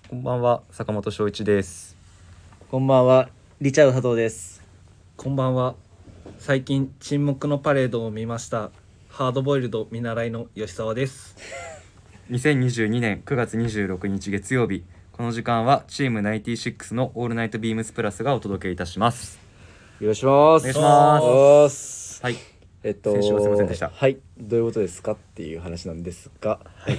こんばんは、坂本翔一です。 こんばんは、リチャード佐藤です。 こんばんは。最近沈黙のパレードを見ました。ハードボイルド見習いの吉沢です。 2022年9月26日月曜日、この時間はチーム96のオールナイトビームスプラスがお届けいたします。 よろしくお願いします。 はい。先週はすいませんでした。 はい、どういうことですかっていう話なんですが、はい、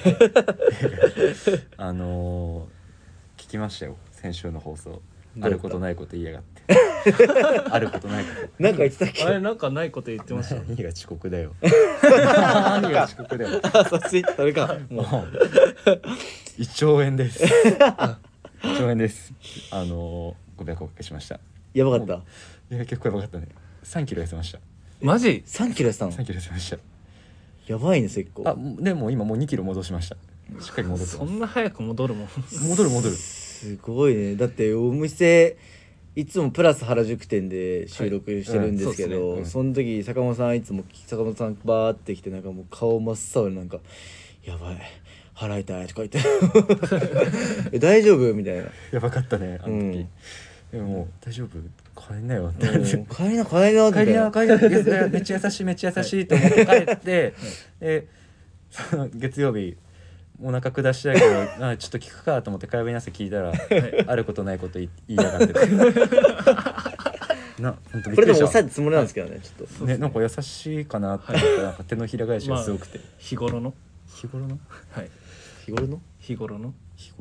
聞きましたよ、先週の放送。あることないこと言いやがってあることないことなんか言ってたっけ。 あれなんかないこと言ってました。 何が遅刻だよ何が遅刻だよそれかもう 1兆円です1兆円です。ご迷惑をおかけしました。 やばかった。 いや結構やばかったね。3キロ痩せました。 マジ 3キロ痩せたの。 3キロ痩せました。 やばいね結構。 でも今もう2キロ戻しました。しっかり戻ってます。 そんな早く戻るもん。 戻るすごいね。だってお店いつもプラス原宿店で収録してるんですけど、 はいそうですね。 その時坂本さんいつも坂本さんバーって来てなんかもう顔真っ青でなんかやばい払いたいとか言って大丈夫みたいな。 やばかったねあの時。でももう大丈夫帰んなよって帰りなって帰りなめっちゃ優しいと思って帰ってでその月曜日お腹下したけどちょっと聞くかと思って火曜日の朝聞いたら、あることないこと言いやがってて本当びっくりした。 これでも抑えたつもりなんですけどね、ちょっとね、なんか優しいかなって思ったらなんか手のひら返しがすごくて、 日頃の日頃のはい日頃の日頃の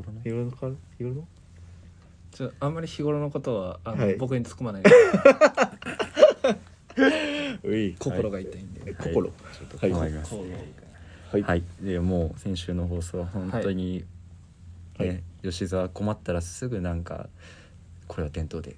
あんまり日頃のことははい僕に突っ込まないで。心が痛いんで。 心ちょっと困ります。はいでもう先週の放送は本当に、ね、吉沢困ったらすぐなんかこれは店頭で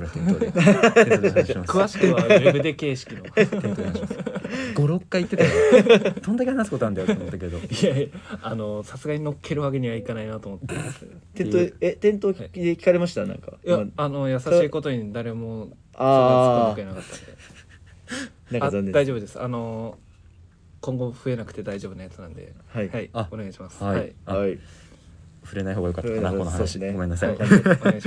詳しくはウェブで形式の店頭で話します5、6回言ってたよどんだけ話すことあるんだよと思ったけどいやさすがに乗っけるわけにはいかないなと思って店頭で聞かれましたなんか。 いや優しいことに誰もそこは突っ込んでくれなかったんでなんか残念大丈夫です。今後増えなくて大丈夫なやつなんで、 はいお願いします。 はい触れない方が良かったかなこの話、ごめんなさい。 お願いします。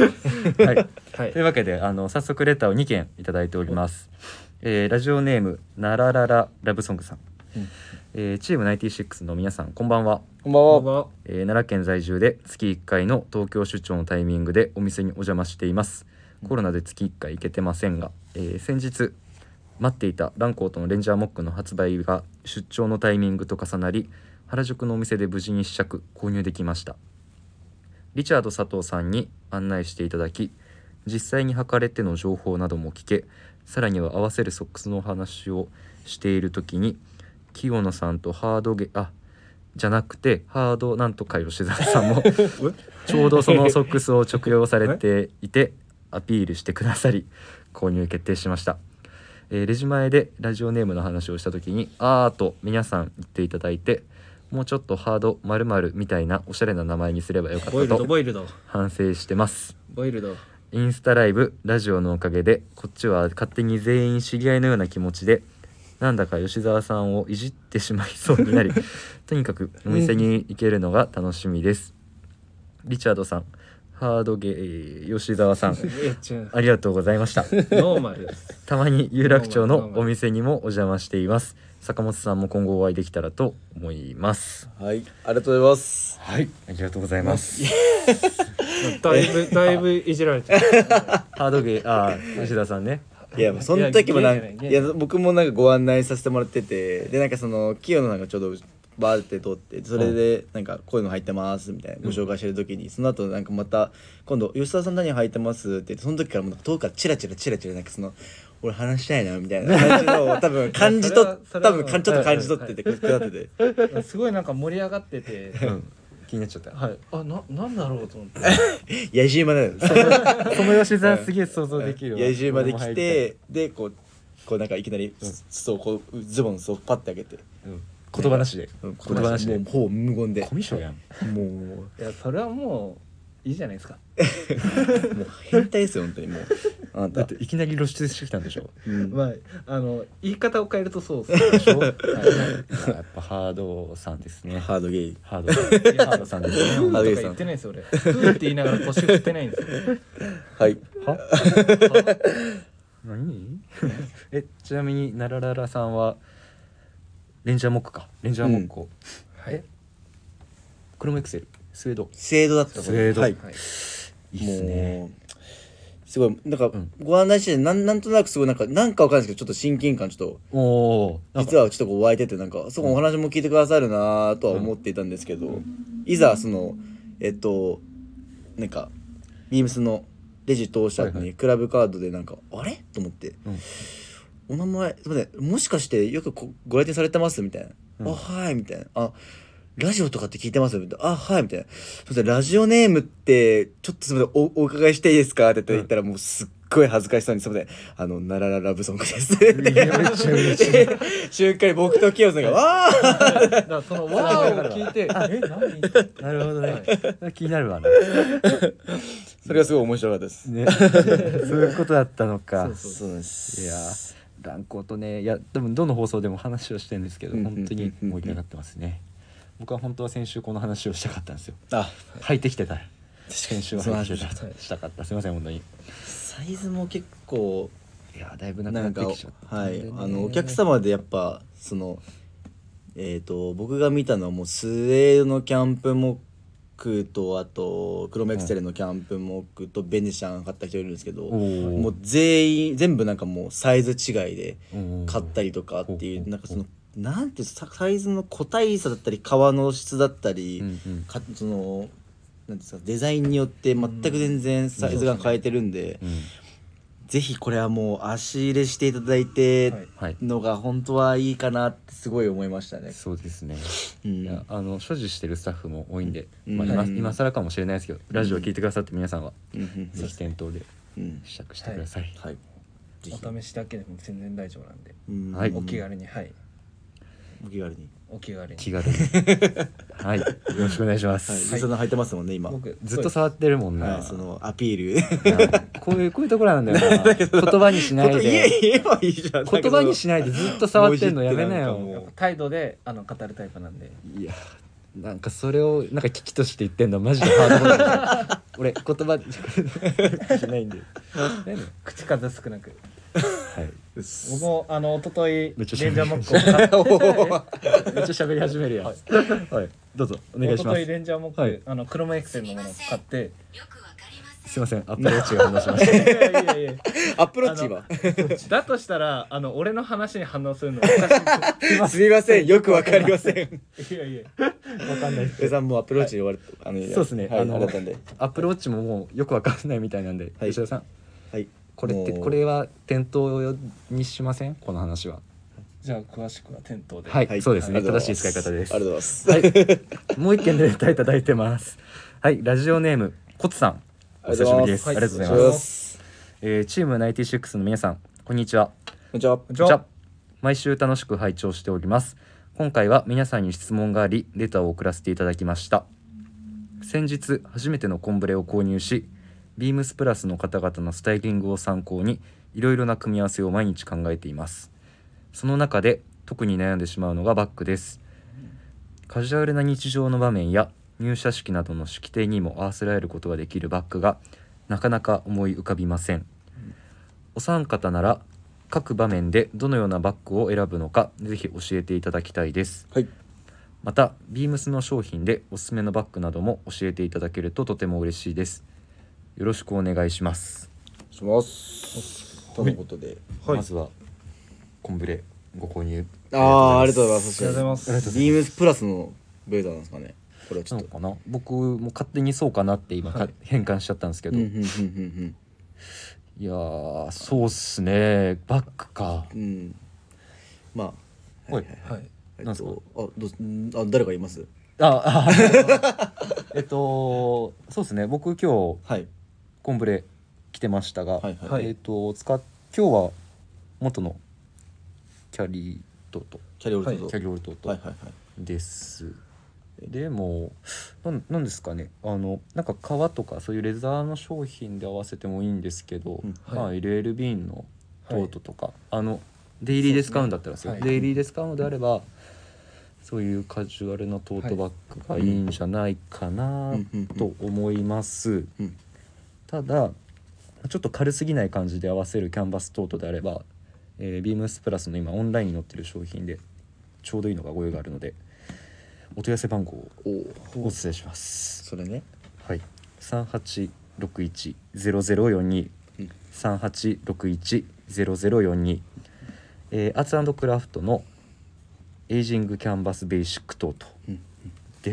はい、というわけで早速レターを2件いただいております。ラジオネームならららラブソングさん、チーム96の皆さんこんばんは。 こんばんは。 奈良県在住で月1回の東京出張のタイミングでお店にお邪魔しています。コロナで月1回行けてませんが、先日待っていたランコートのレンジャーモックの発売が出張のタイミングと重なり、原宿のお店で無事に試着購入できました。リチャード佐藤さんに案内していただき、実際に履かれての情報なども聞け、さらには合わせるソックスのお話をしている時に清野さんとハードじゃなくてハードなんとか吉沢さんもちょうどそのソックスを着用されていてアピールしてくださり購入決定しました。レジ前でラジオネームの話をした時にと皆さん言っていただいて、もうちょっとハード〇〇みたいなおしゃれな名前にすればよかったとボイルド反省してます。 ボイルドインスタライブラジオのおかげでこっちは勝手に全員知り合いのような気持ちでなんだか吉沢さんをいじってしまいそうになりとにかくお店に行けるのが楽しみです。リチャードさん、ハードゲー吉沢さんありがとうございました。 ノーマルです。 たまに有楽町のお店にもお邪魔しています。坂本さんも今後お会いできたらと思います。 はい、ありがとうございます。 はい、ありがとうございます。 だいぶいじられてる。 ハードゲー吉田さんね。 いやその時もいや僕もなんかご案内させてもらってて、でなんかその清野なんかちょうどバーって通ってそれでなんかこういうの入ってますみたいなご紹介してる時に、その後なんかまた今度吉沢さん何入ってますって言って、その時からもう遠くからチラチラなんかその俺話したいなみたいな感じのを多分感じ取っててくだっててすごいなんか盛り上がってて、 気になっちゃった。 はい、なんだろうと思って野じ馬だよその吉沢すげえ想像できるわ。 野じ馬で来てでこうなんかいきなりそうこうズボンそうパッて開けて言葉なしでもうほぼ無言でコミュ障やん。 もいやそれはもういいじゃないですか。 う変態ですよ本当にもうあなただっていきなり露出してきたんでしょうんまあ言い方を変えるとそうですでしょやっぱハードさんですね。 ハードゲイハードさんハードさんですね。 フーとかハードゲイさん言ってないんですよ俺。フーって言いながら腰振ってないんですよ。 はい何ちなみにナラララさんはレンジャーモックかレンジャーモックを、 はいクロムエクセルスウェード制度だったスウェードはいはいいいっすね。 もうすごいなんか、 んご案内してなんとなくすごいなんかわかんないですけどちょっと親近感ちょっとおお実はちょっとこう湧いててなんかそこお話も聞いてくださるなとは思っていたんですけど、いざそのなんかビームスのレジ通した後はいはにクラブカードでなんかあれと思って、お名前すみませんもしかしてよくご来店されてますみたいな、あはいみたいなあラジオとかって聞いてますみたいなあはいみたいなすみませんラジオネームってちょっとすみませんお伺いしていいですかって言ったらもうすっごい恥ずかしそうにすみませんナラララブソングですってめっちゃ嬉しい。 瞬間に僕とキヨさんがわーだからそのワーを聞いて何なるほどね。気になるわな。 それがすごい面白かったですね、そういうことだったのか。 そうなんですいやランコとねいや多分どの放送でも話をしてるんですけどうん本当に盛り上がってますね。僕は本当は先週この話をしたかったんですよ。 あ履いてきてた。先週は履いてきてたそうなんしたかった。すいません本当に。 サイズも結構いやだいぶなくなかなんってきちゃったはいんでね、 お客様でやっぱその僕が見たのはもうスウェードのキャンプモックとあとクロムエクセルのキャンプモックとベネシャン買った人いるんですけど、 ーもう全部なんかもうサイズ違いで買ったりとかっていおーうなんかそのなんていうサイズの個体差だったり革の質だったり、 うんうんそのなんですかデザインによって全く全然サイズが変えてるんで、 うんぜひこれはもう足入れしていただいてはいはいのが本当はいいかなってすごい思いましたね。 そうですね。 うんいや所持してるスタッフも多いんで、 うんまあ、 うん今更かもしれないですけど、ラジオ聞いてくださって皆さんはうんうんぜひ店頭でうん試着してください。 はい。ぜひお試しだけでも全然大丈夫なんで、 うんはいお気軽にはいお気軽に。 お気軽に気軽にはいよろしくお願いしまはい。 す。 みその入ってますもんね今。 僕ずっと触ってるもんな、 はい。そのアピール。 こういうところなんだよな言葉にしない言でえばいいじゃん。 言葉にしないでずっと触ってんのやめなよ。 もうやっぱ態度で語るタイプなんでいやなんかそれをなんか危機として言ってんのマジでハードボイルドだ俺言葉しないんで何の口数少なくはい僕も一昨日めっちゃレンジャーモックを買ってめっちゃ喋り始めるやんはい、どうぞお願いしま一昨日す。 レンジャーモック、 はいクロムエクセルのものを買ってすいませんアップルウォッチが話しましいやいやいやアップローチ今。 だとしたら俺の話に反応するのおかしいすみませんよくわかりません。 いやいやたわかんないえさんもうアップローチで終わるそうですねはい、あれだったんで。 アップルウォッチももうよくわかんないみたいなんで、 はい吉田さんはい。 これってもうこれは店頭にしませんこの話は。 じゃあ詳しくは店頭ではい、そうですねありがとうござ正しい使い方です。 ありがとうございます。 はい、もう一件レターいただいてます。はい、ラジオネームコツさん、お久しぶりです。ありがとうございま。 ありがとうございますす。 チーム96の皆さん、こんにちは。 こんにちは。 じゃあ毎週楽しく拝聴しております。今回は皆さんに質問があり、レターを送らせていただきました。先日初めてのコンブレを購入し、ビームスプラスの方々のスタイリングを参考にいろいろな組み合わせを毎日考えています。その中で特に悩んでしまうのがバッグです。カジュアルな日常の場面や入社式などの式典にも合わせられることができるバッグがなかなか思い浮かびません。お三方なら各場面でどのようなバッグを選ぶのかぜひ教えていただきたいです。 はい。 またビームスの商品でおすすめのバッグなども教えていただけるととても嬉しいです。よろしくお願いします。 します。とのことで。 まずはコンブレご購入ありがとうございます。 ありがとうございますビームスプラスのベーターなんですかね。これはちょっと。 なのかな。僕も勝手にそうかなって今、変換しちゃったんですけど、いやーそうっすねバッグか。 まあ。 はいはいなんすか誰かいます？ そうですね僕今日はい。 コンブレ着てましたが、 はいはい。 今日は元のキャリートートキャリオルトと。 キャリーオルトートはいはいはい。 ですでもなんですかね、なんか革とかそういうレザーの商品で合わせてもいいんですけど、 うんまあ LL ビーンのトートとか、デイリーで使うんだったらですよ、 そうですねデイリーで使うのであればそういうカジュアルなトートバッグがいいんじゃないかなと思います。 うんただちょっと軽すぎない感じで合わせるキャンバストートであれば、ビームスプラスの今オンラインに載ってる商品でちょうどいいのがご用意があるのでお問い合わせ番号をお伝えします。 それね。 はい、3861-0042、 うん 3861-0042、アーツ&クラフトのエイジングキャンバスベーシックトートうんです。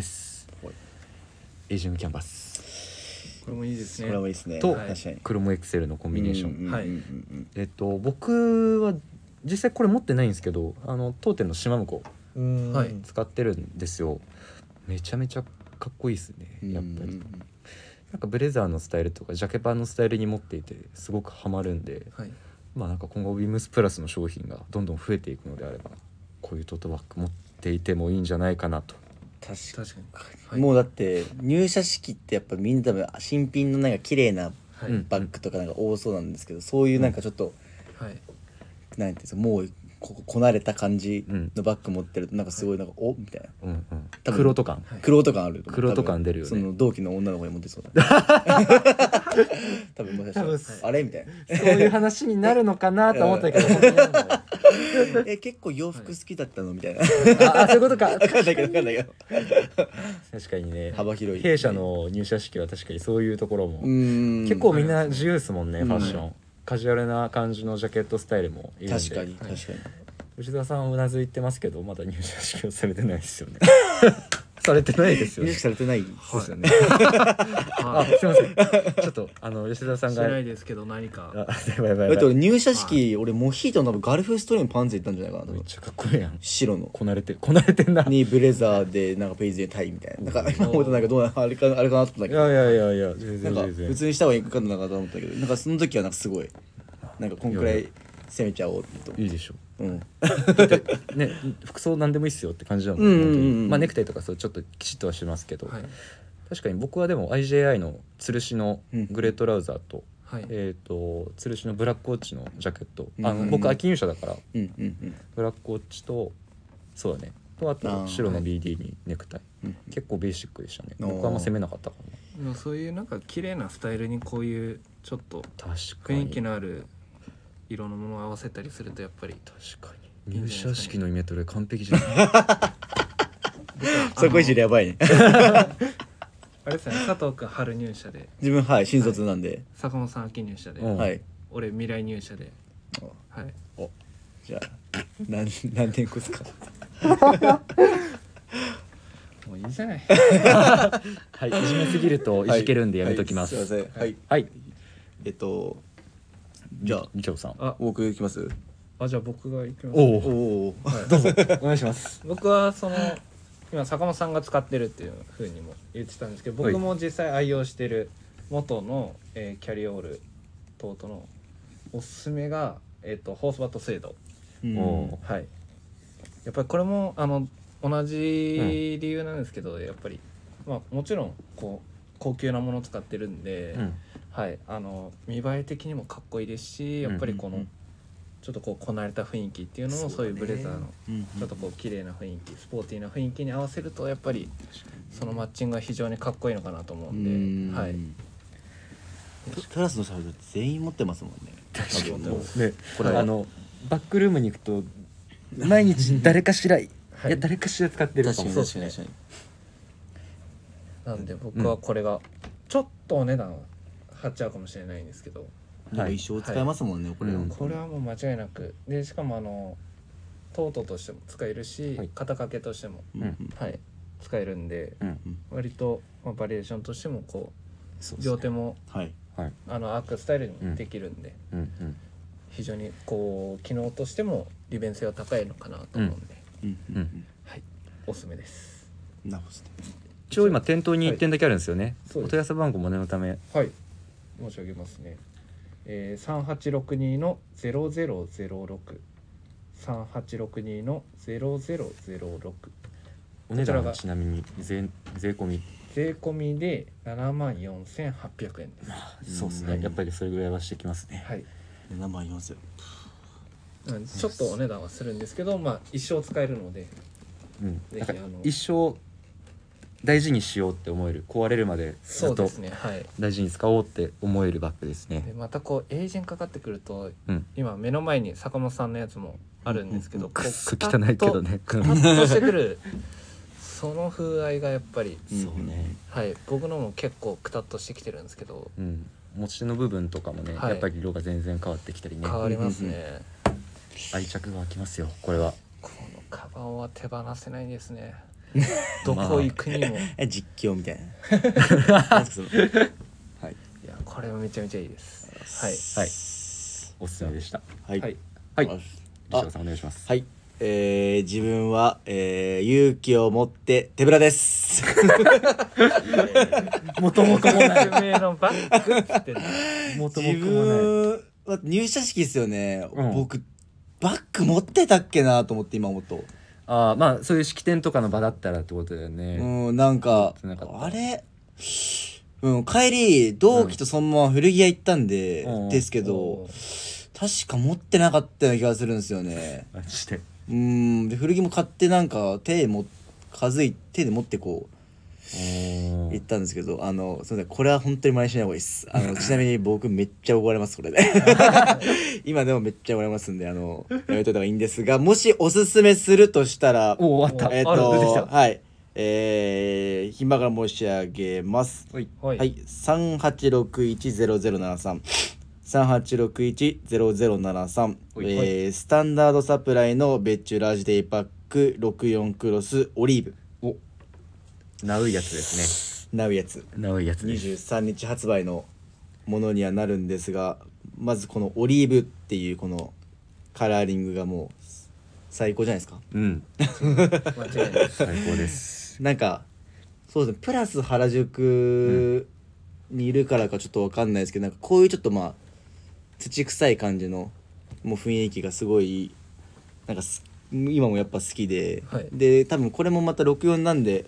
はいエイジングキャンバスこれもいいですそね。 れはいいですね。 と確かに。 クロムエクセルのコンビネーション、 はい僕は実際これ持ってないんですけど当店の島婿はい使ってるんですよ。めちゃめちゃかっこいいですねやっぱり。なんかブレザーのスタイルとかジャケパンのスタイルに持っていてすごくハマるんで、 はいまあなんか今後ビームスプラスの商品がどんどん増えていくのであればこういうトートバッグ持っていてもいいんじゃないかなと。 確確かに。 かに。もうだって入社式ってやっぱみんな多分新品のなんか綺麗なはい、 うんバッグとかなんか多そうなんですけど、そういうなんかちょっと、 はいなんていうんですか、もうこなれた感じのバッグ持ってるとなんかすごいなんか、おみたいな。 うんうん、 多分黒と感、 はい玄人感ある。 玄人感出るよね多分その同期の女の子に持ってそうだ。多分もしか多分したらあれみたいな。 そういう話になるのかなと思ったけど本当にやるのよ結構洋服好きだったのみたいな。 あそういうことか分かんないけど分かんないけど。 確かにね幅広い弊社の入社式は確かにそういうところも結結構みんな自由ですもんね、 うんファッション、カジュアルな感じのジャケットスタイルもいるんで。 確かにはい確かに。 内田さんうなずいてますけどまだ入社式をされてないですよねされてないですよね入社されてない。 ですよねはあすいませんちょっと吉田さい、しんがないですけど何かあやばいやばいやばい俺入社式俺モヒートの多分ガルフストリームパンツいったんじゃないかな多分。 めっちゃかっこいいやん白のこなれてんなにブレザーでなんかペイズでタイみたいな。なんか今思うとなんかどうなあれかなと思ったんだけど。 いやいやいやいや全なんか然全然普通にした方がいいかなと思ったけど、なんかその時はなんかすごいなんかこんくらい攻めちゃおうと。 いいでしょうん。 ね服装なんでもいいっすよって感じなのうんうんうん本当にまあネクタイとかそうちょっときちっとはしますけど、 はい確かに僕はでも IJI の吊るしのグレートラウザーと、 はい吊るしのブラックウォッチのジャケット、 うん僕秋入社だからうんうんブラックウォッチとそうだねとああとー白の BD にネクタイ、 うん結構ベーシックでしたねあー僕はあんま攻めなかったかでもそういうなんか綺麗なスタイルにこういうちょっとな。確かに雰囲気のある色のものを合わせたりするとやっぱり確かいいに入んじゃないですかね社式のイメトレ完璧じゃんそこいじりやばいね。 あれですよね佐藤君春入社で自分はい新卒なんで、 坂本さん秋入社で、 うんはい。 俺未来入社ではいじゃあ何年後ですか。 もういいじゃないはいいじめすぎるといじけるんでやめときます、 はいすいません。はい。 はいじゃあみちょさんあ僕行きます。 じゃあ僕が行きますおおおお。 どうぞお願いします僕はその今坂本さんが使ってるっていう風にも言ってたんですけど僕も実際愛用してる元の、キャリオールトートのおすすめが、ホースバット精度、 うんおはいやっぱりこれも同じ理由なんですけど、やっぱりまあもちろんこう高級なものを使ってるんで、 うんはい見栄え的にもかっこいいですしやっぱりこの、ちょっとこうこなれた雰囲気っていうのもそういうブレザーのうんちょっとこう綺麗な雰囲気スポーティーな雰囲気に合わせるとやっぱりそのマッチングが非常にかっこいいのかなと思うんで、はいクラスの社長全員持ってますもんね。多分もうねこれバックルームに行くと毎日誰かしらいや誰かしら使ってるかも確かに確かに確かに。 なんで僕はこれがちょっとお値段は張っちゃうかもしれないんですけど、 でも一生使えますもんね、これは。 うんこれはもう間違いなくでしかもトートとしても使えるし、 はい肩掛けとしても、 うんはい、使えるんでうん割と、バリエーションとしてもこうそうですね両手もはい。 はいアークスタイルにもできるんで、 うんうん非常にこう機能としても利便性は高いのかなと思うんで、 うんうんはい、おすすめです。 なるほどね。 一応今店頭に1点だけあるんですよね、 そうですお問い合わせ番号も念のためはい、申し上げますね。3862の0006 3862の0006 お値段はこちらがちなみに税込み。 税込みで74,800円です。 そうですね、やっぱりそれぐらいはしてきますね。 はい。 7万4千。 ちょっとお値段はするんですけど、まあ一生使えるので、 なんかぜひ一生大事にしようって思える、壊れるまでずっとそうですね。はい。 大事に使おうって思えるバッグですね。 でまたこうエージェンかかってくると、 うん今目の前に坂本さんのやつもあるんですけど、 くっそこう汚いけどね。 パッとしてくるその風合いがやっぱり、 そうね。 はい、僕のも結構くたっとしてきてるんですけど、 持ち手の部分とかもね、 はいやっぱり色が全然変わってきたりね。 変わりますね。 愛着が湧きますよこれは。 このカバンは手放せないですね。どこ行くにも、 実況みたいな。なんすかそのはい。 いやこれはめちゃめちゃいいです。はい。 はい、おすすめでした。 はい。 はい。 はい、 あリチャードさんお願いします。 はい。自分は、勇気を持って手ぶらです。 もともともない。 有名のバッグっつってね。 自もともともない。 分は入社式ですよね、 うん僕バッグ持ってたっけなと思って今思うと、 ああ、まあそういう式典とかの場だったらってことだよね。 なんか持ってなかったあれ帰り同期とそのまま古着屋行ったんで、 うんですけど確か持ってなかったような気がするんですよね。 マジで。 で古着も買ってなんか手で持ってこう言ったんですけど、すいません、これは本当に真似しない方がいいです。ちなみに僕めっちゃ怒られますこれで今でもめっちゃ怒られますんでやめといた方がいいんですが、もしおすすめするとしたらおお、あった。 あ出てきた。 はい今から申し上げます。 はい。 はい。 はい、38610073 38610073、スタンダードサプライの別注ラージデイパック64クロスオリーブ、 お、ナウいやつですなうやつね。ナウいやつです。 23日発売のものにはなるんですが、まずこのオリーブっていうこのカラーリングがもう最高じゃないですか。 間違いない。 最高です。 なんかそうですね、プラス原宿にいるからかちょっと分かんないですけど、なんかこういうちょっとまあ土臭い感じのもう雰囲気がすごいなんか今もやっぱ好きで、 はい、 で多分これもまた64なんで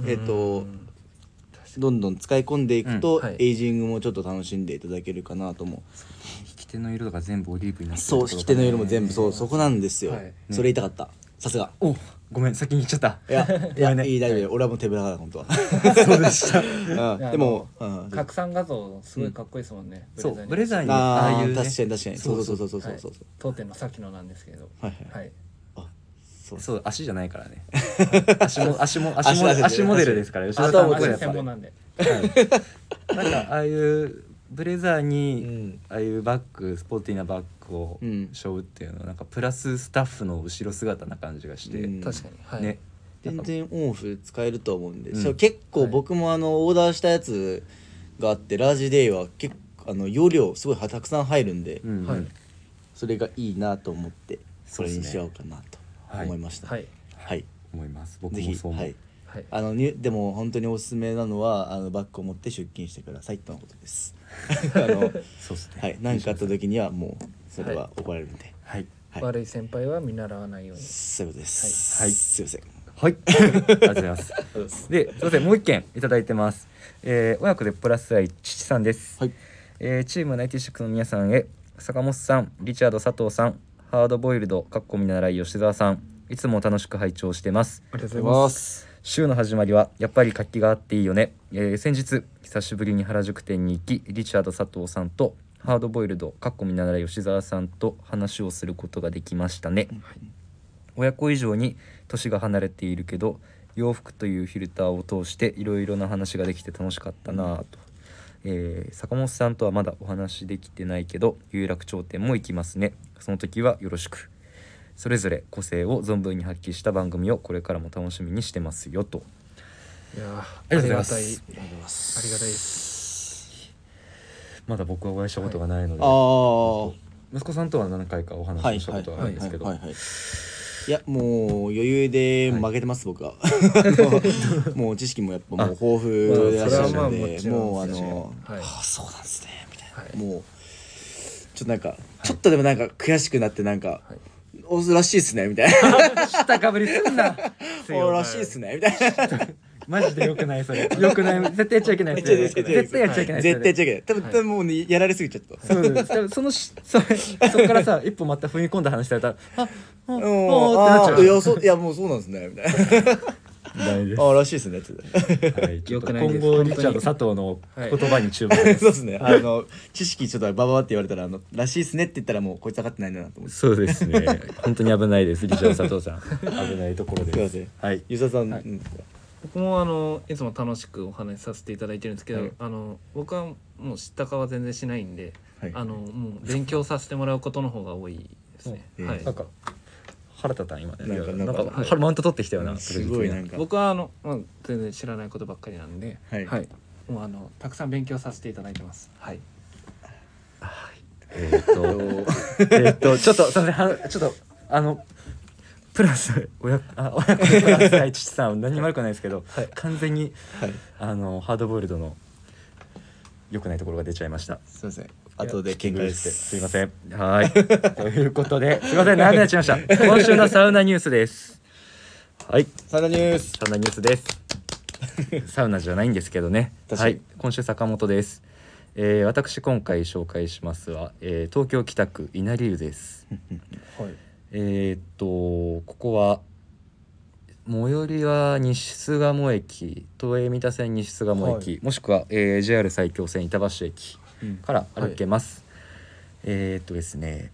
どんどん使い込んでいくと、 はい、 エイジングもちょっと楽しんでいただけるかなとも。 引き手の色が全部オリーブになってる。 そう、引き手の色も全部そこなんですよ、 はい、 それ言いたかった。さすが。 お、ごめん先に言っちゃった。 いやいい大丈夫、俺はもう手ぶらだから本当はそうでした。 でも拡散画像すごいかっこいいですもんね、 そうブレザーにああいうね、 確かにそう当店のさっきのなんですけど、 はいそう足じゃないからね。足モデルですから。吉田さんは足専門なんで。 なんかああいうブレザーにああいうバッグ、スポーティーなバッグを背負うっていうのはなんかプラススタッフの後ろ姿な感じがして、 確かに、 ね、全然オンオフ使えると思うんで、結構僕もオーダーしたやつがあって、ラージデイは結構容量すごいたくさん入るんで、それがいいなと思ってそれにしようかなと思いました。はい思います。僕もそう思う。 でも本当におすすめなのはバッグを持って出勤してくださいとのことです。 そうですね。 はい、何かあった時にはもうそれは怒られるんで、 悪い先輩は見習わないように。 そういうことです。はい、すいません。 はい、ありがとうございます。で、すいません、もう一件いただいてます。親子でプラス愛父さんです。チーム96の皆さんへ、坂本さん、リチャード佐藤さん、ハードボイルド見習い吉澤さん、いつも楽しく拝聴してます。 ありがとうございます。 週の始まりはやっぱり活気があっていいよね。先日久しぶりに原宿店に行き、リチャード佐藤さんとハードボイルド見習い吉澤さんと話をすることができましたね。親子以上に年が離れているけど洋服というフィルターを通していろいろな話ができて楽しかったなぁと。坂本さんとはまだお話できてないけど有楽町店も行きますね。その時はよろしく。それぞれ個性を存分に発揮した番組をこれからも楽しみにしてますよと。 いやありがとうございます。 ありがたいです。 まだ僕はお会いしたことがないので、息子さんとは何回かお話ししたことがあるんですけど、 いやもう余裕で負けてます、僕は。もう知識もやっぱもう豊富でいらっしゃるので、もうそうなんですねみたいな、もうちょっとなんかちょっとでもなんか悔しくなって、なんかおらしいっすねみたいな下かぶりすんなおらしいっすねみたいなマジでよくないそれよくない絶対やっちゃいけないやつ絶対絶対やっちゃいけないやつ絶対違う多分もうねやられすぎちゃったそうです多分そこからさ一歩また踏み込んだ話されたらあってなっちゃういやもうそうなんですねみたいなダメですあらしいっすねってはいちょっとよくないです今後リチャード佐藤の言葉に注目ですそうですね知識ちょっとバババって言われたららしいっすねって言ったらもうこいつ分かってないんだなと思ってそうですね本当に危ないですリチャード佐藤さん危ないところですすいませんはいゆうささん、 はいうん僕もいつも楽しくお話しさせていただいてるんですけど、 はい僕はもう知ったかは全然しないんで、 はいもう勉強させてもらうことの方が多いですね、 うんはいなんか腹立ったん今ねなんかなんかマウント取ってきたよなすごいなんか僕は全然知らないことばっかりなんで、 はいもうたくさん勉強させていただいてます。はい。 ちょっとすいませんちょっとプラス親子でプラス愛知さん何も悪くないですけど、完全にはいハードボイルドの良くないところが出ちゃいましたすいません後で喧嘩ですすいませんはいということですいません長くなっちゃいました今週のサウナニュースですはいサウナニュースサウナニュースですサウナじゃないんですけどね確かにはい今週坂本です、私今回紹介しますは、東京北区稲荷湯ですはい。 ここは最寄りは西巣鴨駅都営三田線西巣鴨駅、もしくは、JR 埼京線板橋駅から歩けます、ですね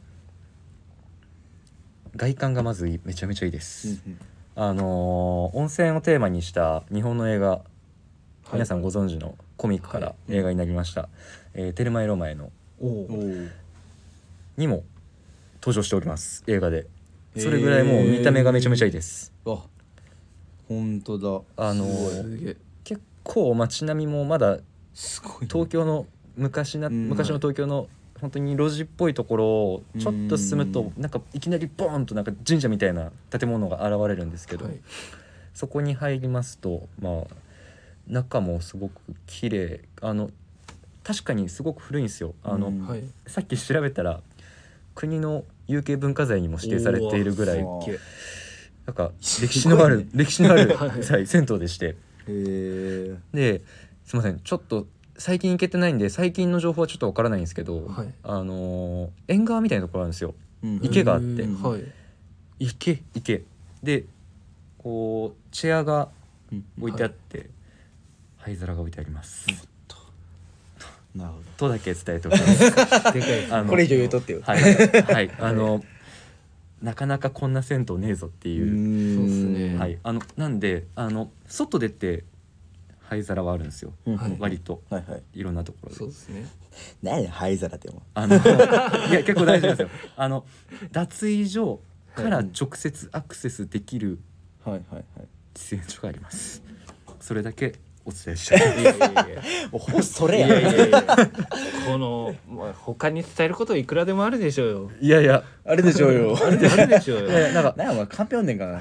外観がまずめちゃめちゃいいです、温泉をテーマにした日本の映画、皆さんご存知のコミックから映画になりました、テルマエロマエのにも登場しております映画でそれぐらいもう見た目がめちゃめちゃいいですあ本当だすげえ。 結構街並みもまだすごい東京の昔の東京の本当に路地っぽいところをちょっと進むとなんかいきなりボーンとなんか神社みたいな建物が現れるんですけど、 はいそこに入りますと中もすごく綺麗確かにすごく古いんですよはい。 さっき調べたら国の有形文化財にも指定されているぐらいおーなんか歴史のあるはい銭湯でしてへえですいませんちょっと最近行けてないんで最近の情報はちょっとわからないんですけど、 はい縁側みたいなところあるんですよ池があってはい。 池でこうチェアが置いてあって、灰皿が置いてあります、 なるほとだけ伝えておきますでかいですどこれ以上言うとってよはい、はい、なかなかこんな銭湯ねえぞっていう、 そうっすねはい、なんで外出て灰皿はあるんですよ、 はい割とはいはいいろんなところでそうですね。 何や灰皿ってもいや結構大事ですよ脱衣所から直接アクセスできるはいはいはい喫煙所がありますそれだけお伝えしたいいやいやいや。 もうほぼそれいややいやいや。他に伝えることいくらでもあるでしょうよ。 いやいやあれでしょうよあるでしょうよ。 なんか何やお前カンペ読んでんかな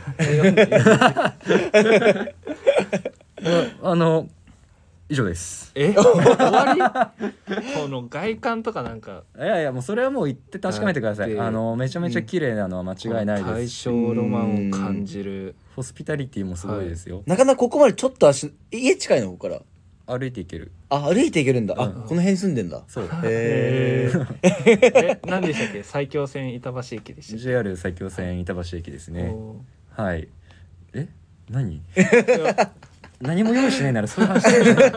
以上です終わりこの外観とかなんかいやいやもうそれはもう言って確かめてくださいだってめちゃめちゃ綺麗なのは間違いないで大す正ロマンを感じる。 ホスピタリティもすごいですよ、 なかなかここまでちょっと家近いのここから歩いていけるあ歩いていけるんだあうんこの辺に住んでんだそうへえ何でしたっけ？埼京線板橋駅でしたっけ？ JR 埼京線板橋駅ですねおはい何何も用意しないならそういう話しない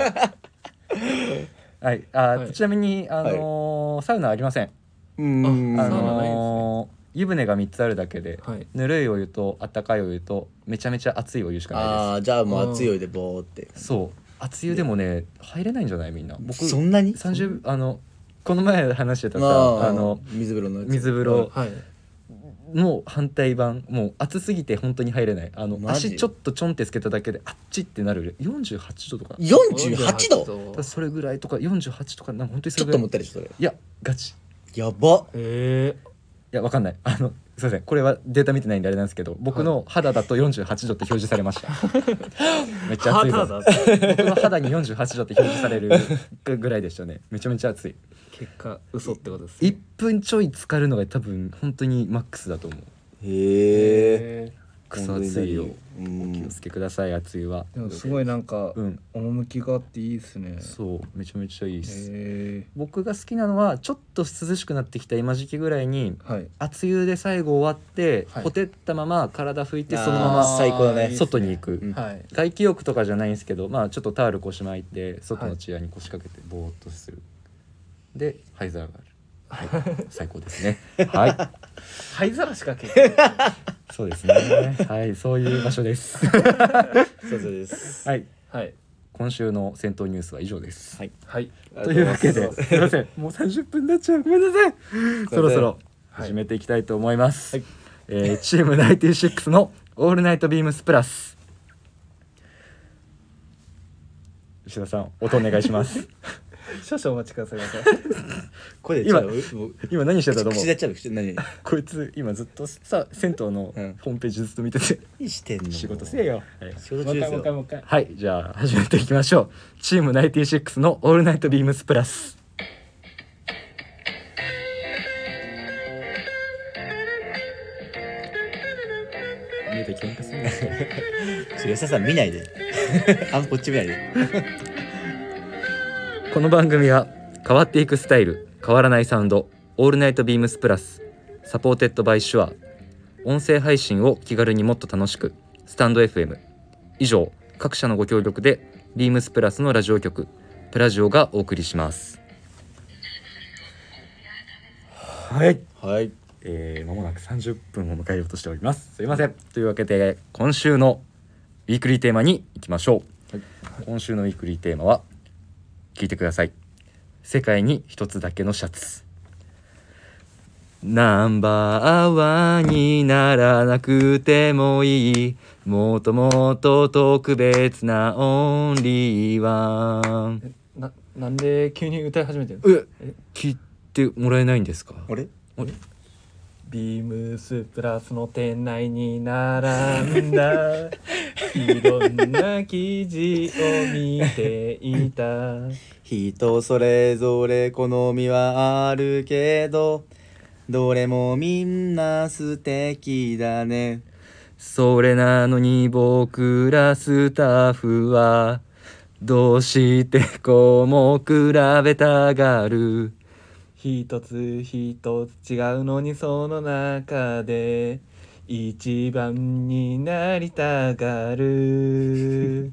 はいはいちなみにサウナありませんうんサウナないですね湯船が3つあるだけで、 はいぬるいお湯とあったかいお湯とめちゃめちゃ熱いお湯しかないあーじゃあもう熱いお湯でボーってですそう熱い湯でもね入れないんじゃないみんな僕そんなに 30この前話してたさ水風呂のやつ水風呂はい。 の反対版もう暑すぎて本当に入れないマジ足ちょっとちょんってつけただけであっちってなる48度とか 48度それぐらいとか48とかなんか本当にそちょっとれぐらい思ったでしょそれいやガチやばえいやわかんないすいませんこれはデータ見てないんであれなんですけど僕の肌だと48度って表示されましためっちゃ暑いぞ肌だ僕の肌に48度って表示されるぐらいでしたねめちゃめちゃ暑い結果嘘ってことです 1分ちょい浸かるのが多分本当にマックスだと思うへえ。 クソ暑いよ。 うお気んをつけください、暑いは。 でもすごいなんかうん趣があっていいですね。 そうめちゃめちゃいいです。 へ僕が好きなのはちょっと涼しくなってきた今時期ぐらいにえ。はい。 熱湯で最後終わって、 はいほてったまま体拭いてあーそのまま最高だね外に行く、 うんはい。 外気浴とかじゃないんですけど、まあちょっとタオル腰巻いて外のチアに腰掛けてぼーっとする、で灰皿がある、はい、最高ですね。はい灰皿しかけてない。 そうですね。はい、そういう場所です。 そうですはい、 はい今週の戦闘ニュースは以上です。 はいはい。 というわけですいません、もう30分になっちゃう、ごめんなさい。そろそろ始めていきたいと思います。 はいチーム96のオールナイトビームスプラス。吉田さん、音お願いします。 少々お待ちくださいませ。 声でちゃうもう今何してたと思う口でちゃう口何こいつ今ずっとさ銭湯のうんホームページずっと見てて、 何してんの仕事せえよ。はい仕事中ですよもう一回。 はい、じゃあ始めていきましょう。チーム96のオールナイトビームスプラス。家で喧嘩するな。 吉田さん見ないであんこっち見ないでこの番組は変わっていくスタイル、変わらないサウンド、オールナイトビームスプラス、サポーテッドバイシュア、音声配信を気軽にもっと楽しく、スタンド FM、以上各社のご協力でビームスプラスのラジオ局プラジオがお送りします。はい、 はい間もなく30分を迎えようとしております。すいません。というわけで今週のウィークリーテーマに行きましょう。今週のウィークリーテーマは聞いてください。世界に一つだけのシャツ。ナンバーワンにならなくてもいい、もっともっと特別なオンリーワン。 なんで急に歌い始めてるの？ 聞いてもらえないんですか？ あれビームスプラスの店内に並んだいろんな記事を見ていた。 人それぞれ好みはあるけどどれもみんな素敵だね。 それなのに僕らスタッフはどうしてこうも比べたがる。 一つ一つ違うのにその中で一番になりたがる。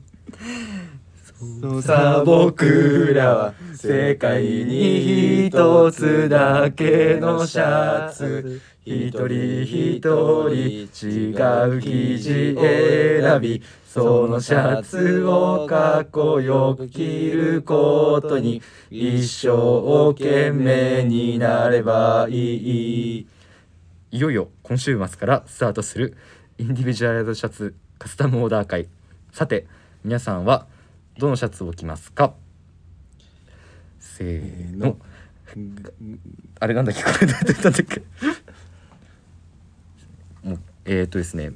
さあ僕らは世界に一つだけのシャツ、一人一人違う生地選び、そのシャツをかっこよく着ることに一生懸命になればいい。いよいよ今週末からスタートするインディビジュアルシャツカスタムオーダー会。さて皆さんはどのシャツを着ますか？せーの。あれなんだっけ、これなんだっけもうですね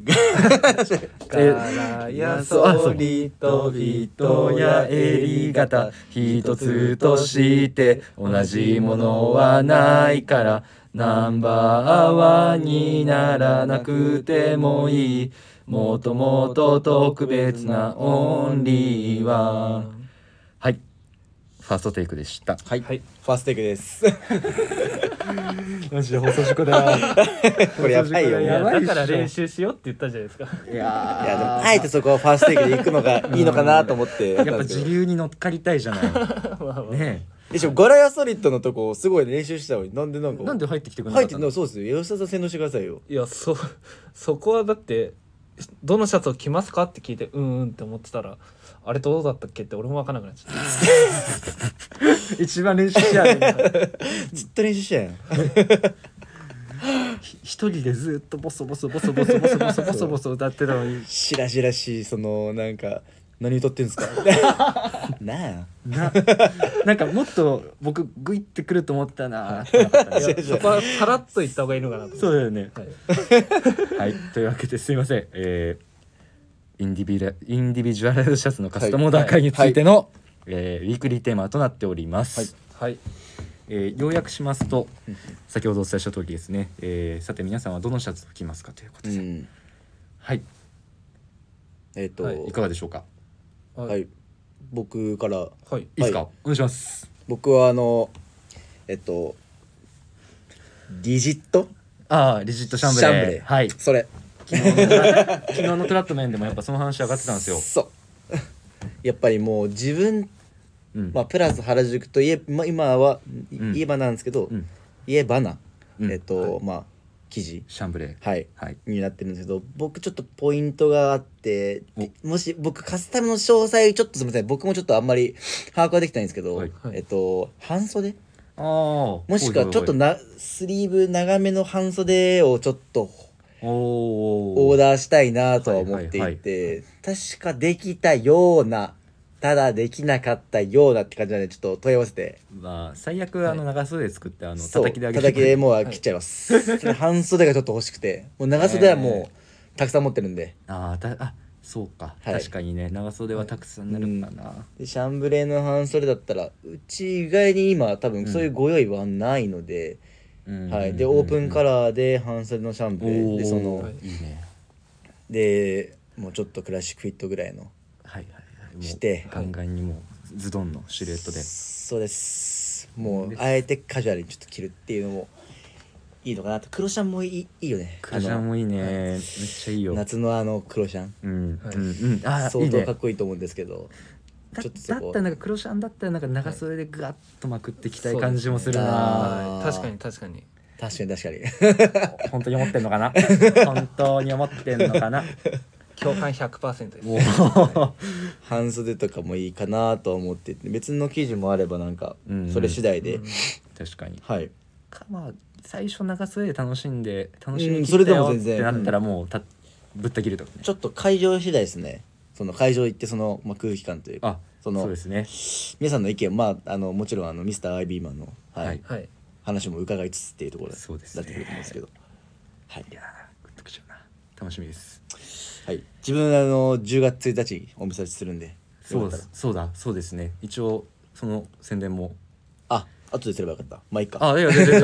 柄やそうソリと糸や襟型一つとして同じものはないから、ナンバーワンにならなくてもいい、もっともっと特別なオンリーワン。はい、ファーストテイクでした。 はい、 はいファーストテイクですマジで放送事故だ。 これやばいよいやばいっしょだから練習しようって言ったじゃないですか。 いやいやでもあえてそこはファーストテイクで行くのがいいのかなと思ってやっぱ自流に乗っかりたいじゃないまあまあねでしょ、ガラヤソリッドのとこすごい練習したのになんでなんかなんで入ってきてくれなか入ってったの？ そうですよ、吉田さん洗脳してくださいよ。 いやそこはだってどのシャツを着ますかって聞いてうんって思ってたらあれどうだったっけって俺も分からなくなっちゃった。 一番練習しやねずっと練習したやん一人でずっとボソボソボソボソボソボソボソボソ歌ってたのにしらしらしい、そのなんか何歌ってんすかなあなんかもっと僕グイってくると思ったな。 いやそこはさらっと言った方がいいのかなと。 そうだよね。 はい、 はい、というわけですいません、インディビジュアルシャツのカスタムオーダー会についての、ウィークリーテーマとなっております。 はい、 要約しますと先ほどお伝えした通りですね、さて皆さんはどのシャツを着ますかということで、 うんはい、 はいいかがでしょうか。 はい僕からはいいいですか、お願いします。 僕はリジットリジットシャンブレー、はい、 それ昨日のトラットメンでもやっぱその話上がってたんですよ。 そうやっぱりもう自分うんプラス原宿といえ、今はうん言えばなんですけど、 うん言えばな、 うん生地シャンブレー、 はい、 はい、 になってるんですけど、僕ちょっとポイントがあって、 おもし僕カスタムの詳細ちょっとすみません、僕もちょっとあんまり把握はできてないんですけど、 はい半袖ももしくはちょっとスリーブ長めの半袖をちょっとオーダーしたいなとは思っていて、確かできたような、ただできなかったようなって感じなんで、ちょっと問い合わせて、 最悪長袖で作ってそう叩きであげて叩きでもう切っちゃいます、半袖がちょっと欲しくて、もう長袖はもうたくさん持ってるんで、 そうか、 はい確かにね長袖はたくさんなるかな、 でシャンブレーの半袖だったらうち意外に今多分そういうご用意はないので、はい、でオープンカラーで半袖のシャンブレーでその、 いいね、 でもうちょっとクラシックフィットぐらいのはいはいはい、もうしてガンガンにもうズドンのシルエットで、 そうです。もうあえてカジュアルにちょっと着るっていうのもいいのかなと。黒シャンもいいよね。 クジャンもいいね、めっちゃいいよ。 夏の黒シャンはい相いいね。 当かっこいいと思うんですけど、 だちょっとそこだったらなんか黒シャンだったらなんか長袖でガッとまくってきたい感じもするな。 あー確かに確かに確かに確かに本当に思ってんのかな本当に思ってんのかな共感 100% ですおー半袖とかもいいかなとは思ってて、別の生地もあればなんかうんそれ次第で、 うん確かにはい最初長袖で楽しみにそれで切ったよっも全然てなったらもうぶった切るとかね。 ちょっと会場次第ですね。その会場行ってその、空気感というか、そのそうですね。 皆さんの意見もちろんミスターアイビーマンの、 はいはい話も伺いつつっていうところそうですねだってくると思うんですけど、はいいやーグッときちゃうな。楽しみです。 はい、自分10月1日お見せするんで、よかったらそうですね。一応その宣伝も後ですればよかった。まあいいか。 いや全然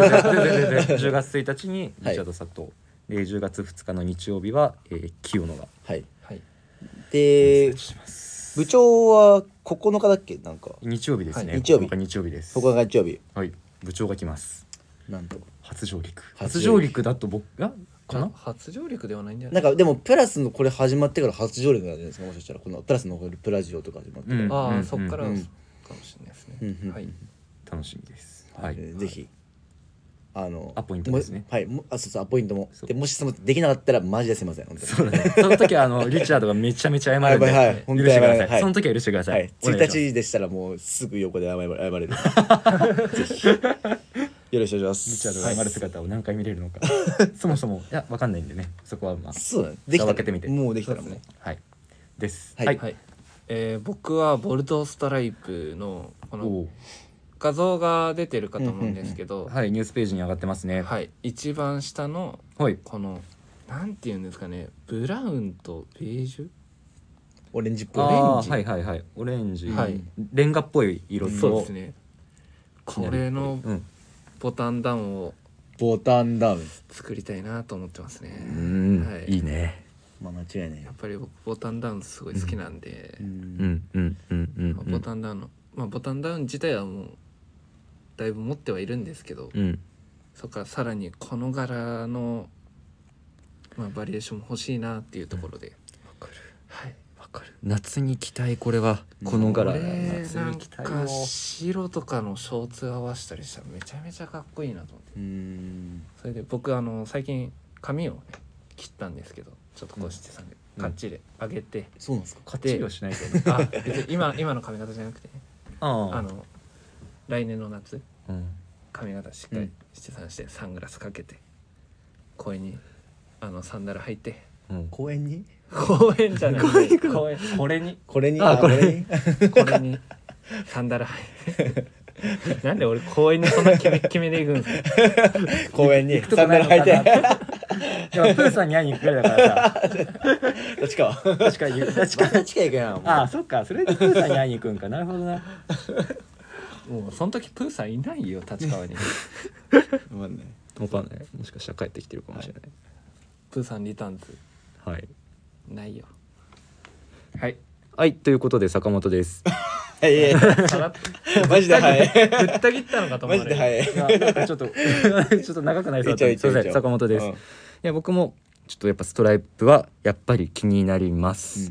10月1日にリチャード佐藤、で10月2日の日曜日は、清野がはい。 はいでします。 部長は9日だっけ、なんか日曜日ですね。 はい日曜日 9日日曜日です。 9日日曜日はい、部長が来ます。 なんと初上陸。 初上陸だと僕がかな。 初上陸ではないんじゃなないんかでもプラスのこれ始まってから初上陸なんじゃないですか、もしかしたらこのプラスのプラジオとか始まってから、 ああ、 うんそっからかうんもしれないですね、 うんはい楽しみです。はい。 ぜひアポイントですねはいそうアポイントもそうで、もしできなかったらマジですいません本当にそうだね。その時はリチャードがめちゃめちゃ謝るんで、 はい本当に許してください。 はいその時は許してください。 はい、 お願いします 1日でしたらもうすぐ横で謝れるぜひよろしくお願いします。 リチャードが謝る姿を何回見れるのか、そもそもわかんないんでね。そこはそうだね、できたら分けてみてもうできたらもうそうですはいです。 はいはい、僕はボルドーストライプのこのお画像が出てるかと思うんですけど、 はい、ニュースページに上がってますね。 はい、一番下のはい。 このなんていうんですかね、ブラウンとベージュ、 オレンジっぽいオレンあージはいはいはい。オレンジ、 はいレンガっぽい色と、 そうですね、これのうん。 ボタンダウンをボタンダウン、 作りたいなと思ってますね。はいいいね。 間違いないやっぱり僕ボタンダウンすごい好きなんで、ボタンダウンのボタンダウン自体はもうだいぶ持ってはいるんですけど、 うん。 そこからさらにこの柄のバリエーションも欲しいなっていうところで、 わかるはい、 わかる。夏に着たいこれはこの柄。 これ夏なんに着たいよか。白とかのショーツ合わせたりしたらめちゃめちゃかっこいいなと思って、それで僕最近髪をね切ったんですけど、ちょっとこうしてさんでかっちり上げて、 そうなんですか。 かっちりはしないけど。 別に今の髪型じゃなくてね、 あ来年の夏うん。 髪型しっかりしてさんしてサングラスかけて公園にサンダル履いて、 うん。 公園に公園じゃない公園これにこれにこれにこれにサンダル履いてなんで俺公園にそんな決めで行くんですか。 公園にとサンダル履いていやプーさんに会いに行くくらいだからさ。 どっちかは確かに確かに。 どっちか行くやん。 ああ、そっか。それでプーさんに会いに行くんか。なるほどな。 もうその時プーさんいないよ立川にまあねわかんない、もしかしたら帰ってきてるかもしれない。 プーさんリターンズはいないよはいはい、ということで坂本です。 いやいやさらっとマジではいぶった切ったのかと思われるマジではいいやなんかちょっとちょっと長くなりそうだったんで、すいません、坂本です。いや僕もちょっとやっぱストライプはやっぱり気になります。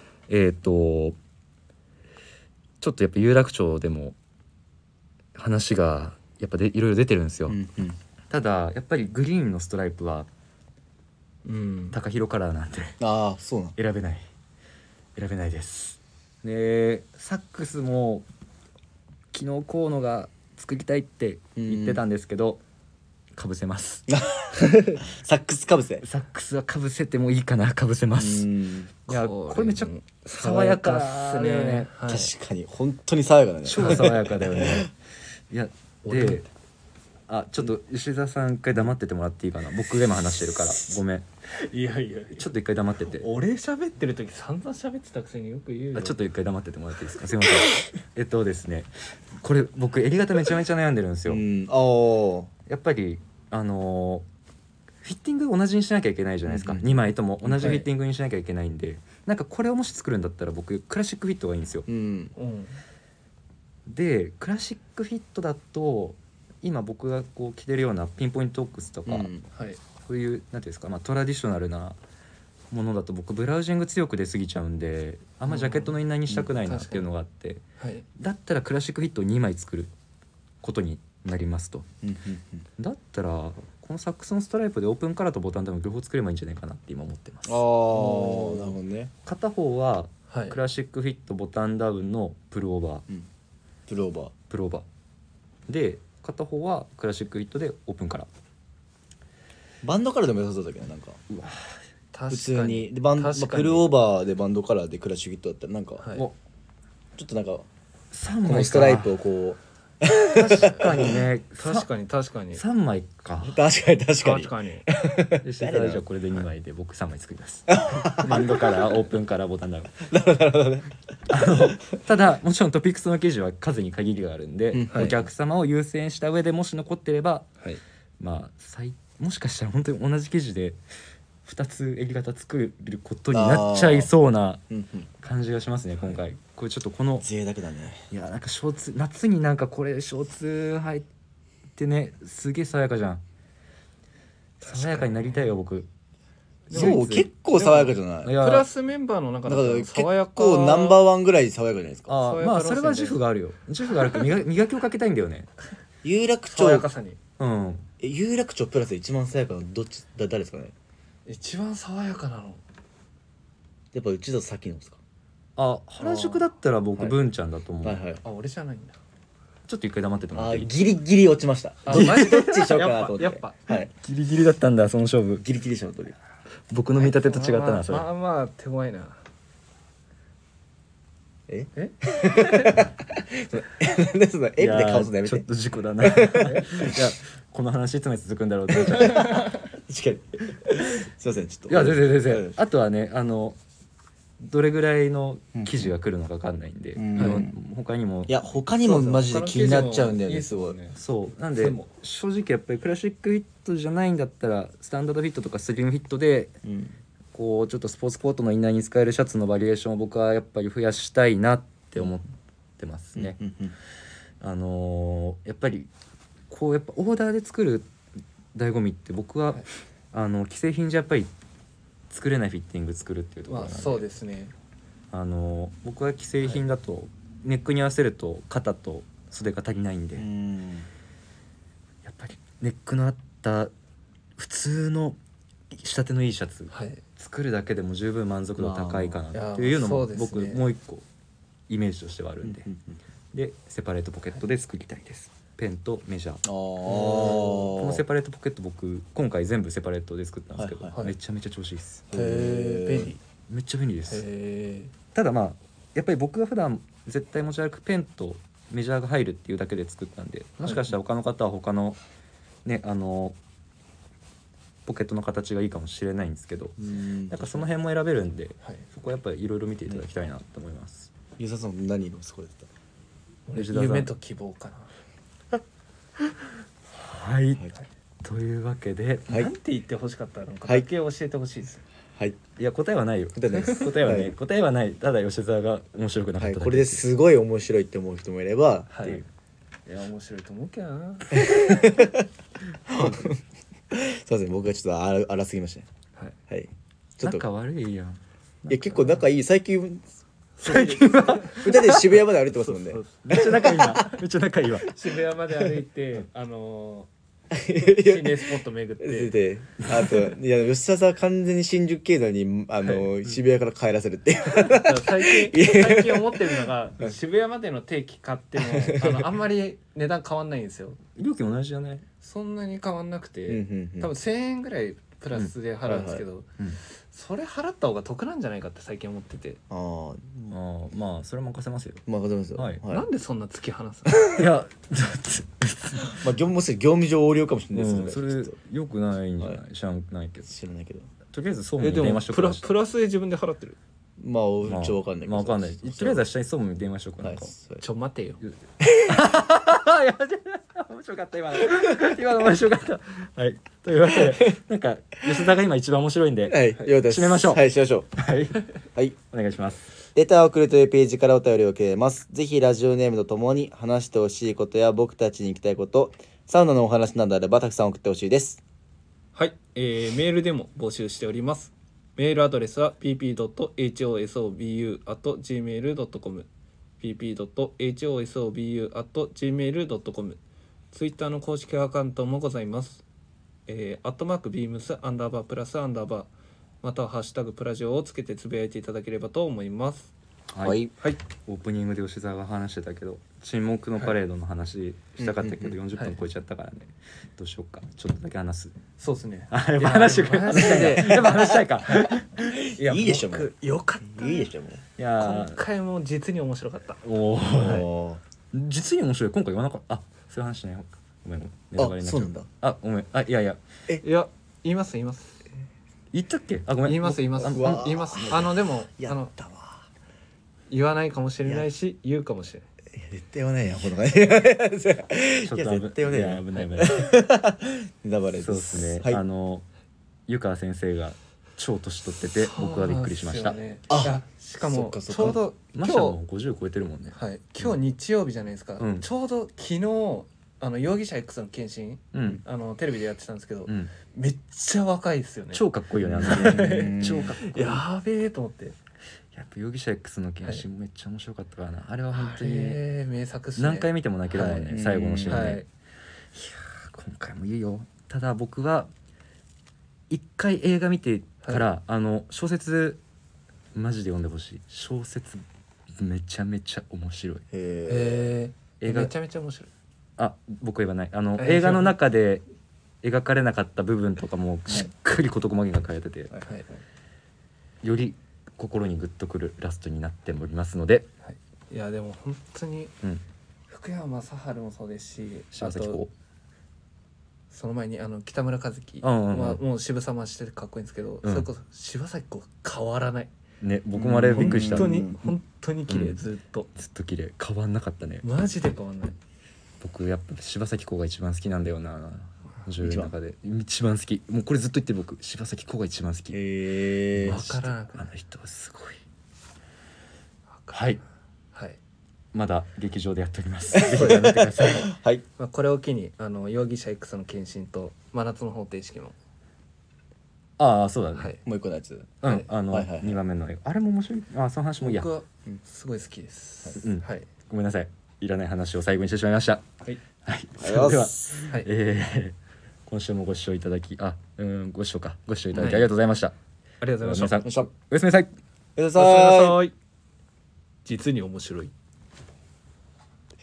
ちょっとやっぱ有楽町でも話がやっぱでいろいろ出てるんですよ。ただやっぱりグリーンのストライプはうん高広カラーなんでああそうなん選べないです。でサックスも昨日河野が作りたいって言ってたんですけど、かぶせます。 サックスかぶせサックスはかぶせてもいいかな、かぶせます。いやこれめっちゃ爽やかだよね。 はい確かに本当に爽やかだね超爽やかだよね。いやで、ちょっと吉田さん一回黙っててもらっていいかな。僕でも話してるからごめん。 いやいやちょっと一回黙ってて。 俺喋ってる時散々喋ってたくせによく言うよちょっと一回黙っててもらっていいですか。すいません。ですね、これ僕襟型めちゃめちゃ悩んでるんですよ。やっぱりフィッティング同じにしなきゃいけないじゃないですか。2枚とも同じフィッティングにしなきゃいけないんで、なんかこれをもし作るんだったら僕クラシックフィットがいいんですよ。 うんでクラシックフィットだと今僕がこう着てるようなピンポイントオックスとか、 はいこういうなんていうんですか、トラディショナルなものだと僕ブラウジング強く出過ぎちゃうんで、あんまジャケットのインナーにしたくないなっていうのがあって、 はいだったらクラシックフィットを2枚作ることになりますと。だったらこのサックスのストライプでオープンカラーとボタンダウン両方作ればいいんじゃないかなって今思ってます。 なるほどね片方ははいクラシックフィットボタンダウンのプルオーバー、 プローバープルオーバーで、片方はクラシックフィットでオープンカラー。 バンドカラーでも良さそうだけどなんか確か普通にでバン、 確かにプルオーバーでバンドカラーでクラッシュフィットだったらなんか、 はいおちょっとなんか 3 こ枚かのストライプをこう確かにね確かに確かに 3枚か。 確かに確かに確かにでしたらじゃあこれで2枚で僕3枚作りますバンドカラーオープンカラーボタンダウンただもちろんトピックスの記事は数に限りがあるんで、 はいお客様を優先した上でもし残ってれば、 はいもしかしたら本当に同じ記事で2つ襟型作ることになっちゃいそうな感じがしますね今回。これちょっとこの贅沢だねいやなんかショーツ夏になんかこれショーツ入ってねすげえ爽やかじゃん。爽やかになりたいよ僕。 そう結構爽やかじゃないいやプラスメンバーの中だとだから結爽やか構ナンバーワンぐらい爽やかじゃないですか爽やか路線でそれは自負があるよ。自負があるけど磨きをかけたいんだよね。 有楽爽や町かさにうん。 有楽町プラス一番爽やかなのどっち誰ですかね一番爽やかなのやっぱ内田先のですか原宿だったら僕はい文ちゃんだと思う。 はいはいあ俺じゃないんだちょっと一回黙っててもらっていい？ ギリギリ落ちましたあマジどっちにしようかなと思ってやっぱはいギリギリだったんだその勝負。 ギリギリでしょとり僕の見立てと違ったなそれ。 まあ手強いなええなんでそのえって顔するのやめてちょっと事故だな。いやこの話いつまで続くんだろうって思っちゃった。 確かにすいませんちょっといや全然全然うんあとはねどれぐらいの記事が来るのか分かんないんで、 ん他にもいや他にもマジで気になっちゃうんだよねすごいそうなんでそれも正直やっぱりクラシックフィットじゃないんだったらスタンダードフィットとかスリムフィットでこうちょっとスポーツコートのインナーに使えるシャツのバリエーションを僕はやっぱり増やしたいなって思ってますね。やっぱりこうやっぱオーダーで作る醍醐味って僕は、既製品じゃやっぱり作れないフィッティング作るっていうところなんで、 そうですね僕は既製品だとネックに合わせると肩と袖が足りないんで、やっぱりネックのあった普通の仕立てのいいシャツはい作るだけでも十分満足度高いかなっていうのも僕もう一個イメージとしてはあるんで、でセパレートポケットで作りたいです。ペンとメジャー。このセパレートポケット僕今回全部セパレートで作ったんですけど、 はいはいめちゃめちゃ調子いいです。 便利めっちゃ便利です。 へただやっぱり僕が普段絶対持ち歩くペンとメジャーが入るっていうだけで作ったんで、もしかしたら他の方は他のねポケットの形がいいかもしれないんですけど、なんかその辺も選べるんで、 はいそこはやっぱりいろいろ見ていただきたいなと思います。 ゆうささん何色そこで吉田さん夢と希望かな。 はい、というわけで、 はいなんて言ってほしかったのかはいだけ教えてほしいです。 はいいや答えはないよ。 答えないです答えはね、 はい答えはない。ただ吉沢が面白くなかっただけ。 はいこれですごい面白いって思う人もいればはい。いや面白いと思うけどな。 すいません僕がちょっと荒すぎましたねはい。 はいちょっと仲悪いやん。 いや結構仲いい最近最近は 2人で渋谷まで歩いてますもんねそうそうめっちゃ仲いいな。めっちゃ仲いいわ。 渋谷まで歩いて心いや霊スポット巡って。 であといや吉田さんは完全に新宿経済に渋谷から帰らせるっていう最近思ってるのが渋谷までの定期買ってもあんまり値段変わんないんですよ。 料金同じじゃない？ そんなに変わんなくて、 うんうんうん多分1000円ぐらいプラスで払うんですけど、 うん。 それ払った方が得なんじゃないかって最近思ってて、 あああまあそれ任せますよ。 まあございますよはいなんでそんな突き放すの？ いやまあもし業務上横領かもしれないですよねそれきっと良くないんじゃない？ は知らないけど。 知らないけどとりあえず総務でもに電話しとくわ。 プラスで自分で払ってる。 まあまあちょっとわかんないけどまあわかんない。とりあえずは下に総務に電話しとくはないんか。 ちょ待てよ。 いや面白かった今の今の面白かったはいというわけでなんか吉田が今一番面白いんではいよかったです締めましょうはい締めましょうはいはいお願いしますレターを送るというページからお便りを受けます。ぜひラジオネームとともに話してほしいことや僕たちに聞きたいこと、サウナのお話などあればたくさん送ってほしいです。 はい、メールでも募集しております。メールアドレスは pp.hosobu@gmail.com pp.hosobu@gmail.com ツイッターの公式アカウントもございます。@beams _+_ またはハッシュタグプラジオをつけてつぶやいていただければと思います。 はいはい、 オープニングで吉沢が話してたけど沈黙のパレードの話したかったけどうん 40分超えちゃったからねどうしようかちょっとだけ話すそうですね。 あやっぱ話してくれ話したいかやっぱ話したいかいやいいでしょもう僕よかった。 いいでしょもう。 い今や回も実に面白かった。 おおおー実に面白い今回言わなかったあそういう話しない方がごめんネタバレになっちゃそうなんだあごめんあいやいやいや言います言います言ったっけあごめん言います言いますあうわ言います。でもやったわ言わないかもしれないし言うかもしれない。 いや絶対言わないやこの感じいやちょっと絶対言わないいやや危ない危ないネタバレですそうですね、 はい湯川先生が超年取ってて僕はびっくりしました、 そうなんですよねあいやしかもそっかそっかちょうど今日マシャも50超えてるもんねはい今日日曜日じゃないですか、 うんちょうど昨日容疑者 X の検診うんテレビでやってたんですけど、 うんめっちゃ若いですよね。 超かっこいいよねあのうん超かっこいいややべえと思って。 っぱ容疑者 X の検診めっちゃ面白かったからな、あれは本当に名作っすね。 何回見ても泣けるもんね、 はい最後のシーンね、 はいいやー今回もいいよ。ただ僕は一回映画見てから、小説マジで読んでほしい。小説めちゃめちゃ面白い。映画めちゃめちゃ面白い。 あ僕は言わない映画の中で描かれなかった部分とかもしっかり事細かに書かれてて、 はいはいより心にグッとくるラストになっておりますので、 いやでも本当にうん、 福山雅治もそうですし、 柴咲コウその前に北村一輝うんうんうんはもう渋さましててかっこいいんですけど、 うんそれこそ柴咲コウ変わらない。 ね僕もあれびっくりした。 本当にうん本当に綺麗、 うんずっとずっと綺麗変わんなかったね。 マジで変わんない。 僕やっぱ柴咲コウが一番好きなんだよな女優の中で一番好き。もうこれずっと言ってる僕柴咲コウが一番好き。 わからなくあないの人はすごい。はいはい。 まだ劇場でやっておりますぜひ頑張ってくださいはいこれを機に容疑者 X の検診と真夏の方程式もああそうだね、 はい。 もう一個のやつうん、 はいはいはい 2番目の映画あれも面白い。あその話もいいや僕はうんすごい好きです。 うんはいごめんなさいいらない話を最後にしてしまいました。 はいはいありがとうございそれではますはい。 今週もご視聴いただきご視聴いただきはいありがとうございました、 ありがとうございました。 皆さんよいしょおやすみなさい。 おやすみなおやすみなさいさい。実に面白い。